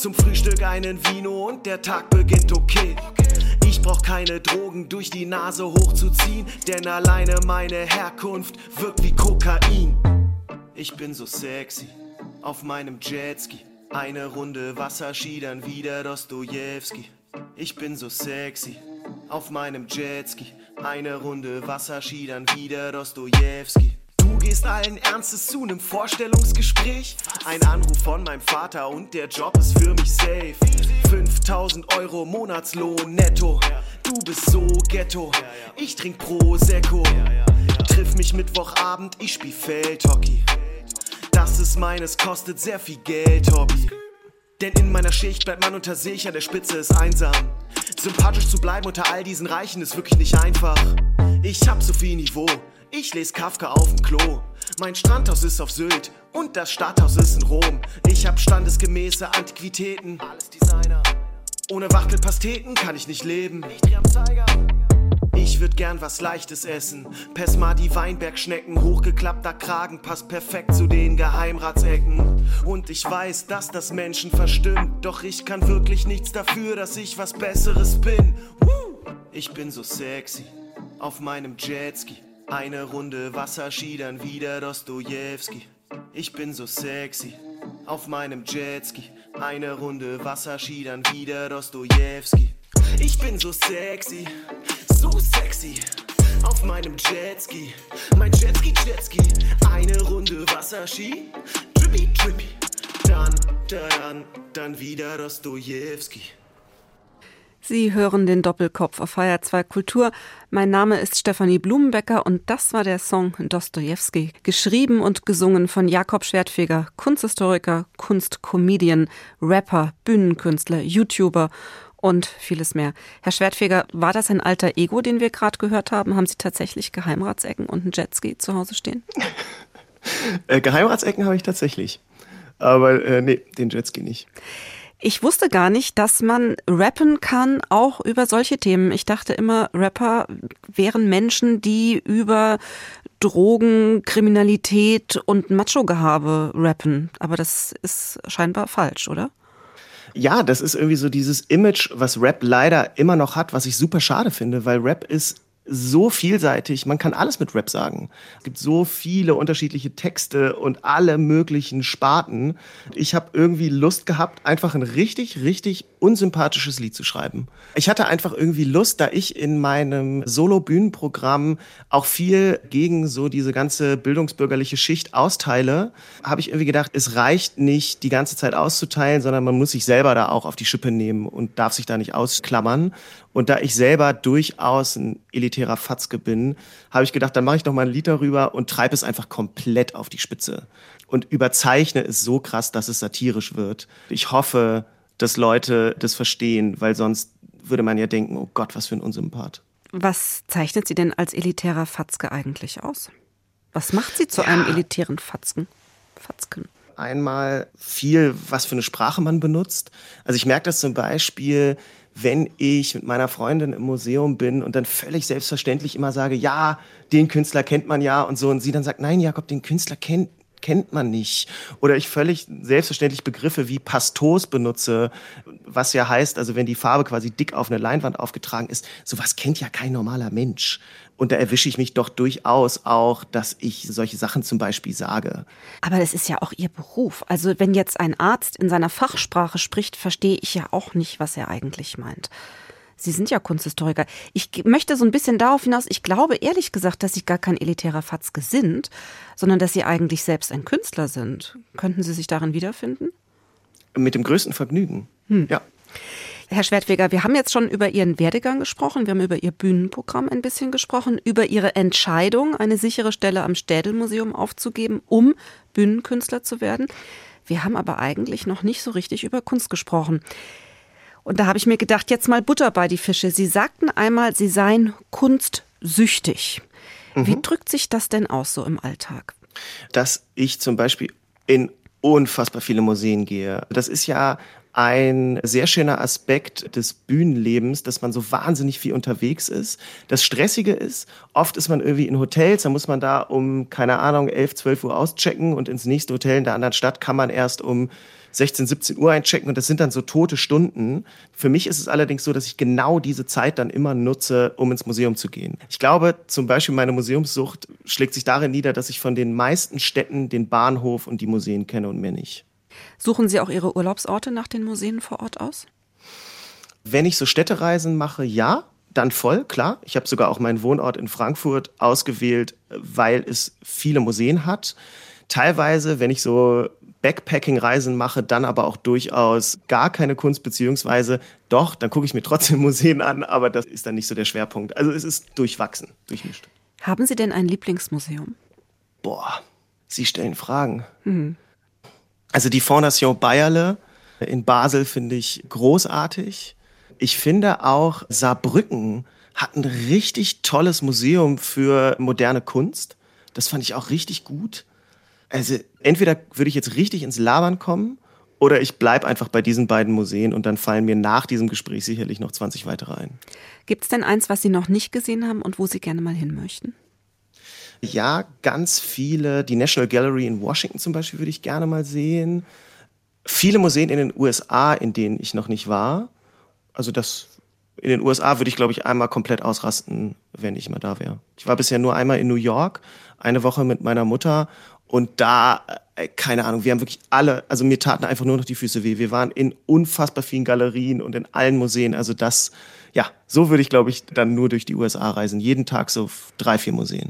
Zum Frühstück einen Vino und der Tag beginnt okay. Ich brauch keine Drogen durch die Nase hochzuziehen, denn alleine meine Herkunft wirkt wie Kokain. Ich bin so sexy auf meinem Jetski. Eine Runde Wasserski, dann wieder Dostojewski. Ich bin so sexy auf meinem Jetski. Eine Runde Wasserski, dann wieder Dostojewski. Du gehst allen Ernstes zu nem Vorstellungsgespräch. Ein Anruf von meinem Vater und der Job ist für mich safe. fünftausend Euro Monatslohn netto. Du bist so ghetto, ich trink Prosecco. Triff mich Mittwochabend, ich spiel Feldhockey. Das ist meines, kostet sehr viel Geld, Hobby. Denn in meiner Schicht bleibt man unter sich, an der Spitze ist einsam. Sympathisch zu bleiben unter all diesen Reichen ist wirklich nicht einfach. Ich hab so viel Niveau, ich lese Kafka auf dem Klo. Mein Strandhaus ist auf Sylt und das Stadthaus ist in Rom. Ich hab standesgemäße Antiquitäten, alles Designer. Ohne Wachtelpasteten kann ich nicht leben. Ich dreh am Zeiger. Ich würd gern was Leichtes essen. Pesma die Weinbergschnecken, hochgeklappter Kragen passt perfekt zu den Geheimratsecken. Und ich weiß, dass das Menschen verstimmt, doch ich kann wirklich nichts dafür, dass ich was Besseres bin. Ich bin so sexy auf meinem Jetski. Eine Runde Wasserski, dann wieder Dostojewski. Ich bin so sexy auf meinem Jetski. Eine Runde Wasserski, dann wieder Dostojewski. Ich bin so sexy, so sexy auf meinem Jetski. Mein Jetski, Jetski. Eine Runde Wasserski, drippy, drippy. Dann, dann, dann wieder Dostojewski. Sie hören den Doppelkopf auf H R zwei Kultur. Mein Name ist Stefanie Blumenbecker und das war der Song Dostojewski, geschrieben und gesungen von Jakob Schwertfeger, Kunsthistoriker, Kunstcomedian, Rapper, Bühnenkünstler, YouTuber und vieles mehr. Herr Schwertfeger, war das ein alter Ego, den wir gerade gehört haben? Haben Sie tatsächlich Geheimratsecken und einen Jetski zu Hause stehen? äh, Geheimratsecken habe ich tatsächlich, aber äh, nee, den Jetski nicht. Ich wusste gar nicht, dass man rappen kann, auch über solche Themen. Ich dachte immer, Rapper wären Menschen, die über Drogen, Kriminalität und Macho-Gehabe rappen. Aber das ist scheinbar falsch, oder? Ja, das ist irgendwie so dieses Image, was Rap leider immer noch hat, was ich super schade finde, weil Rap ist so vielseitig, man kann alles mit Rap sagen. Es gibt so viele unterschiedliche Texte und alle möglichen Sparten. Ich habe irgendwie Lust gehabt, einfach ein richtig, richtig unsympathisches Lied zu schreiben. Ich hatte einfach irgendwie Lust, da ich in meinem Solo-Bühnenprogramm auch viel gegen so diese ganze bildungsbürgerliche Schicht austeile, habe ich irgendwie gedacht, es reicht nicht, die ganze Zeit auszuteilen, sondern man muss sich selber da auch auf die Schippe nehmen und darf sich da nicht ausklammern. Und da ich selber durchaus ein elitärer Fatzke bin, habe ich gedacht, dann mache ich noch mal ein Lied darüber und treibe es einfach komplett auf die Spitze. Und überzeichne es so krass, dass es satirisch wird. Ich hoffe, dass Leute das verstehen, weil sonst würde man ja denken, oh Gott, was für ein Unsympath. Was zeichnet Sie denn als elitärer Fatzke eigentlich aus? Was macht Sie zu ja. einem elitären Fatzken? Fatzken? Einmal viel, was für eine Sprache man benutzt. Also ich merke das zum Beispiel, wenn ich mit meiner Freundin im Museum bin und dann völlig selbstverständlich immer sage, ja, den Künstler kennt man ja und so. Und sie dann sagt, nein, Jakob, den Künstler kennt kennt man nicht. Oder ich völlig selbstverständlich Begriffe wie Pastos benutze, was ja heißt, also wenn die Farbe quasi dick auf eine Leinwand aufgetragen ist, sowas kennt ja kein normaler Mensch. Und da erwische ich mich doch durchaus auch, dass ich solche Sachen zum Beispiel sage. Aber das ist ja auch Ihr Beruf. Also wenn jetzt ein Arzt in seiner Fachsprache spricht, verstehe ich ja auch nicht, was er eigentlich meint. Sie sind ja Kunsthistoriker. Ich möchte so ein bisschen darauf hinaus, ich glaube ehrlich gesagt, dass Sie gar kein elitärer Fatzke sind, sondern dass Sie eigentlich selbst ein Künstler sind. Könnten Sie sich darin wiederfinden? Mit dem größten Vergnügen, hm. ja. Herr Schwertfeger, wir haben jetzt schon über Ihren Werdegang gesprochen, wir haben über Ihr Bühnenprogramm ein bisschen gesprochen, über Ihre Entscheidung, eine sichere Stelle am Städel-Museum aufzugeben, um Bühnenkünstler zu werden. Wir haben aber eigentlich noch nicht so richtig über Kunst gesprochen. Und da habe ich mir gedacht, jetzt mal Butter bei die Fische. Sie sagten einmal, Sie seien kunstsüchtig. Mhm. Wie drückt sich das denn aus so im Alltag? Dass ich zum Beispiel in unfassbar viele Museen gehe. Das ist ja ein sehr schöner Aspekt des Bühnenlebens, dass man so wahnsinnig viel unterwegs ist. Das Stressige ist, oft ist man irgendwie in Hotels, da muss man da um, keine Ahnung, elf, zwölf Uhr auschecken und ins nächste Hotel in der anderen Stadt kann man erst um sechzehn, siebzehn Uhr einchecken und das sind dann so tote Stunden. Für mich ist es allerdings so, dass ich genau diese Zeit dann immer nutze, um ins Museum zu gehen. Ich glaube, zum Beispiel meine Museumssucht schlägt sich darin nieder, dass ich von den meisten Städten den Bahnhof und die Museen kenne und mehr nicht. Suchen Sie auch Ihre Urlaubsorte nach den Museen vor Ort aus? Wenn ich so Städtereisen mache, ja. Dann voll, klar. Ich habe sogar auch meinen Wohnort in Frankfurt ausgewählt, weil es viele Museen hat. Teilweise, wenn ich so Backpacking-Reisen mache, dann aber auch durchaus gar keine Kunst, beziehungsweise doch, dann gucke ich mir trotzdem Museen an, aber das ist dann nicht so der Schwerpunkt. Also es ist durchwachsen, durchmischt. Haben Sie denn ein Lieblingsmuseum? Boah, Sie stellen Fragen. Mhm. Also die Fondation Bayerle in Basel finde ich großartig. Ich finde auch, Saarbrücken hat ein richtig tolles Museum für moderne Kunst. Das fand ich auch richtig gut. Also entweder würde ich jetzt richtig ins Labern kommen oder ich bleibe einfach bei diesen beiden Museen und dann fallen mir nach diesem Gespräch sicherlich noch zwanzig weitere ein. Gibt es denn eins, was Sie noch nicht gesehen haben und wo Sie gerne mal hin möchten? Ja, ganz viele. Die National Gallery in Washington zum Beispiel würde ich gerne mal sehen. Viele Museen in den U S A, in denen ich noch nicht war. Also das in den U S A würde ich, glaube ich, einmal komplett ausrasten, wenn ich mal da wäre. Ich war bisher nur einmal in New York, eine Woche mit meiner Mutter und da, äh, keine Ahnung, wir haben wirklich alle, also mir taten einfach nur noch die Füße weh. Wir waren in unfassbar vielen Galerien und in allen Museen. Also das, ja, so würde ich, glaube ich, dann nur durch die U S A reisen. Jeden Tag so drei, vier Museen.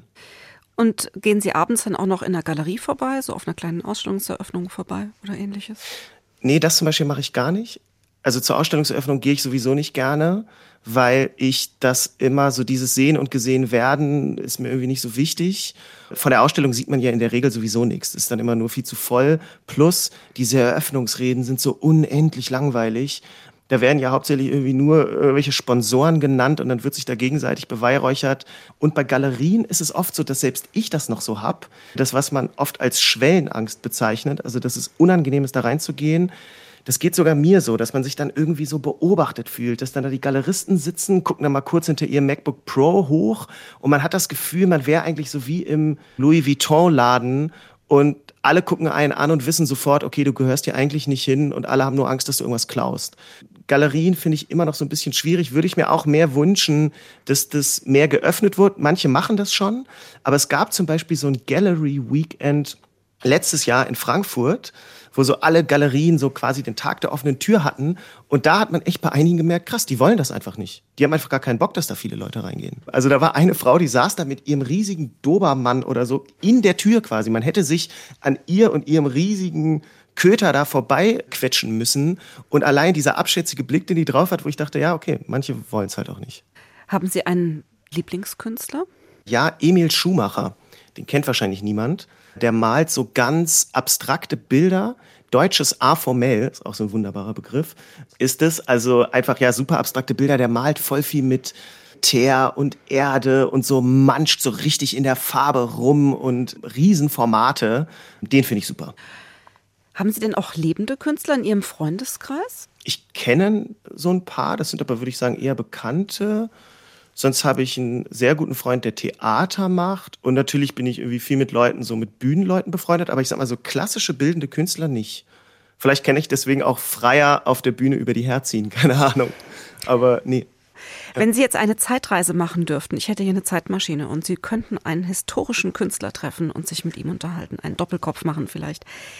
Und gehen Sie abends dann auch noch in der Galerie vorbei, so auf einer kleinen Ausstellungseröffnung vorbei oder ähnliches? Nee, das zum Beispiel mache ich gar nicht. Also zur Ausstellungseröffnung gehe ich sowieso nicht gerne, weil ich das immer so dieses Sehen und gesehen werden ist mir irgendwie nicht so wichtig. Von der Ausstellung sieht man ja in der Regel sowieso nichts. Das ist dann immer nur viel zu voll. Plus diese Eröffnungsreden sind so unendlich langweilig. Da werden ja hauptsächlich irgendwie nur irgendwelche Sponsoren genannt und dann wird sich da gegenseitig beweihräuchert. Und bei Galerien ist es oft so, dass selbst ich das noch so hab. Das, was man oft als Schwellenangst bezeichnet, also dass es unangenehm ist, da reinzugehen. Das geht sogar mir so, dass man sich dann irgendwie so beobachtet fühlt, dass dann da die Galeristen sitzen, gucken dann mal kurz hinter ihrem MacBook Pro hoch und man hat das Gefühl, man wäre eigentlich so wie im Louis Vuitton-Laden und alle gucken einen an und wissen sofort, okay, du gehörst hier eigentlich nicht hin und alle haben nur Angst, dass du irgendwas klaust. Galerien finde ich immer noch so ein bisschen schwierig, würde ich mir auch mehr wünschen, dass das mehr geöffnet wird. Manche machen das schon, aber es gab zum Beispiel so ein Gallery Weekend letztes Jahr in Frankfurt, wo so alle Galerien so quasi den Tag der offenen Tür hatten. Und da hat man echt bei einigen gemerkt, krass, die wollen das einfach nicht. Die haben einfach gar keinen Bock, dass da viele Leute reingehen. Also da war eine Frau, die saß da mit ihrem riesigen Dobermann oder so in der Tür quasi. Man hätte sich an ihr und ihrem riesigen Köter da vorbei quetschen müssen. Und allein dieser abschätzige Blick, den die drauf hat, wo ich dachte, ja, okay, manche wollen es halt auch nicht. Haben Sie einen Lieblingskünstler? Ja, Emil Schumacher. Den kennt wahrscheinlich niemand. Der malt so ganz abstrakte Bilder. Deutsches Art formell, ist auch so ein wunderbarer Begriff, ist es. Also einfach ja super abstrakte Bilder. Der malt voll viel mit Teer und Erde und so manscht so richtig in der Farbe rum und Riesenformate. Den finde ich super. Haben Sie denn auch lebende Künstler in Ihrem Freundeskreis? Ich kenne so ein paar, das sind aber, würde ich sagen, eher Bekannte. Sonst habe ich einen sehr guten Freund, der Theater macht. Und natürlich bin ich irgendwie viel mit Leuten, so mit Bühnenleuten befreundet. Aber ich sag mal, so klassische bildende Künstler nicht. Vielleicht kann ich deswegen auch freier auf der Bühne über die herziehen. Keine Ahnung. Aber nee. Wenn Sie jetzt eine Zeitreise machen dürften, ich hätte hier eine Zeitmaschine und Sie könnten einen historischen Künstler treffen und sich mit ihm unterhalten, einen Doppelkopf machen vielleicht.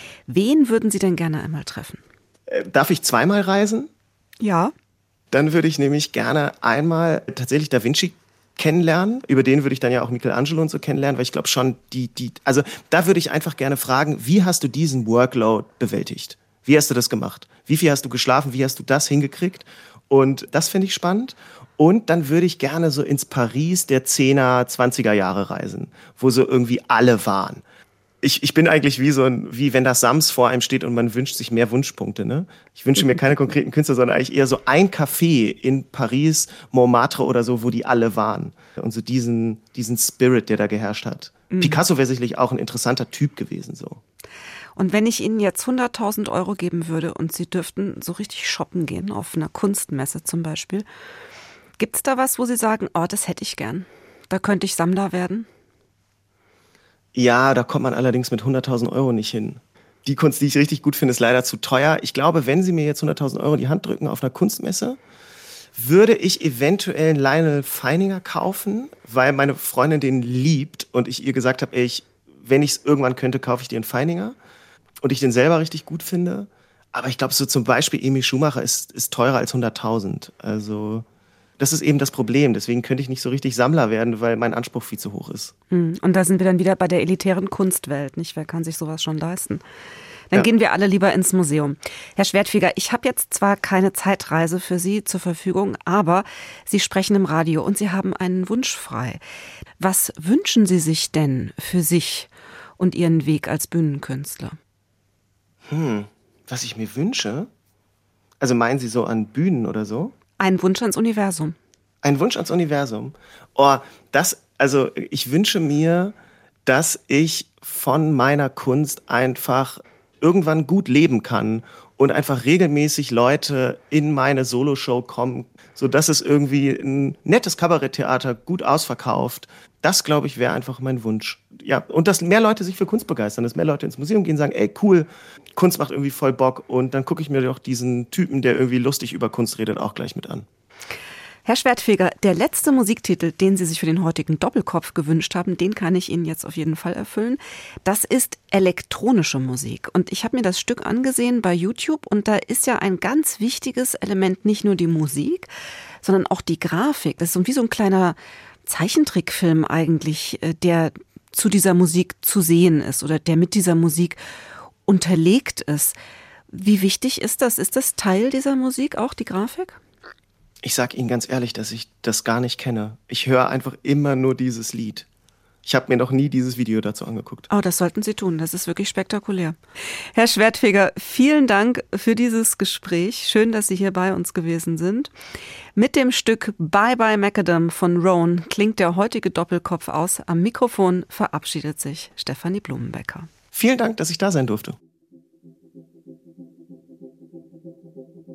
Wen würden Sie denn gerne einmal treffen? Äh, darf ich zweimal reisen? Ja. Dann würde ich nämlich gerne einmal tatsächlich Da Vinci kennenlernen. Über den würde ich dann ja auch Michelangelo und so kennenlernen, weil ich glaube schon, die, die, also da würde ich einfach gerne fragen, wie hast du diesen Workload bewältigt? Wie hast du das gemacht? Wie viel hast du geschlafen? Wie hast du das hingekriegt? Und das finde ich spannend. Und dann würde ich gerne so ins Paris der zehner, zwanziger Jahre reisen, wo so irgendwie alle waren. Ich, ich bin eigentlich wie so ein, wie wenn das Sams vor einem steht und man wünscht sich mehr Wunschpunkte, ne? Ich wünsche mir keine konkreten Künstler, sondern eigentlich eher so ein Café in Paris, Montmartre oder so, wo die alle waren. Und so diesen, diesen Spirit, der da geherrscht hat. Mhm. Picasso wäre sicherlich auch ein interessanter Typ gewesen, so. Und wenn ich Ihnen jetzt hunderttausend Euro geben würde und Sie dürften so richtig shoppen gehen, auf einer Kunstmesse zum Beispiel, gibt's da was, wo Sie sagen, oh, das hätte ich gern, da könnte ich Sammler werden? Ja, da kommt man allerdings mit hunderttausend Euro nicht hin. Die Kunst, die ich richtig gut finde, ist leider zu teuer. Ich glaube, wenn Sie mir jetzt hunderttausend Euro in die Hand drücken auf einer Kunstmesse, würde ich eventuell einen Lionel Feininger kaufen, weil meine Freundin den liebt und ich ihr gesagt habe, ey, ich, wenn ich es irgendwann könnte, kaufe ich dir einen Feininger und ich den selber richtig gut finde. Aber ich glaube, so zum Beispiel Emil Schumacher ist, ist teurer als hunderttausend. Also das ist eben das Problem. Deswegen könnte ich nicht so richtig Sammler werden, weil mein Anspruch viel zu hoch ist. Und da sind wir dann wieder bei der elitären Kunstwelt, nicht? Wer kann sich sowas schon leisten? Dann Ja. gehen wir alle lieber ins Museum. Herr Schwertfeger, ich habe jetzt zwar keine Zeitreise für Sie zur Verfügung, aber Sie sprechen im Radio und Sie haben einen Wunsch frei. Was wünschen Sie sich denn für sich und Ihren Weg als Bühnenkünstler? Hm, was ich mir wünsche? Also meinen Sie so an Bühnen oder so? Ein Wunsch ans Universum. Ein Wunsch ans Universum. Oh, das, also ich wünsche mir, dass ich von meiner Kunst einfach irgendwann gut leben kann und einfach regelmäßig Leute in meine Soloshow kommen, sodass es irgendwie ein nettes Kabaretttheater gut ausverkauft. Das, glaube ich, wäre einfach mein Wunsch. Ja, und dass mehr Leute sich für Kunst begeistern, dass mehr Leute ins Museum gehen und sagen, ey, cool, Kunst macht irgendwie voll Bock. Und dann gucke ich mir doch diesen Typen, der irgendwie lustig über Kunst redet, auch gleich mit an. Herr Schwertfeger, der letzte Musiktitel, den Sie sich für den heutigen Doppelkopf gewünscht haben, den kann ich Ihnen jetzt auf jeden Fall erfüllen. Das ist elektronische Musik. Und ich habe mir das Stück angesehen bei YouTube und da ist ja ein ganz wichtiges Element nicht nur die Musik, sondern auch die Grafik. Das ist so wie so ein kleiner Zeichentrickfilm eigentlich, der zu dieser Musik zu sehen ist oder der mit dieser Musik unterlegt ist. Wie wichtig ist das? Ist das Teil dieser Musik, auch die Grafik? Ich sag Ihnen ganz ehrlich, dass ich das gar nicht kenne. Ich höre einfach immer nur dieses Lied. Ich habe mir noch nie dieses Video dazu angeguckt. Oh, das sollten Sie tun. Das ist wirklich spektakulär. Herr Schwertfeger, vielen Dank für dieses Gespräch. Schön, dass Sie hier bei uns gewesen sind. Mit dem Stück Bye Bye Macadam von Roan klingt der heutige Doppelkopf aus. Am Mikrofon verabschiedet sich Stefanie Blumenbecker. Vielen Dank, dass ich da sein durfte.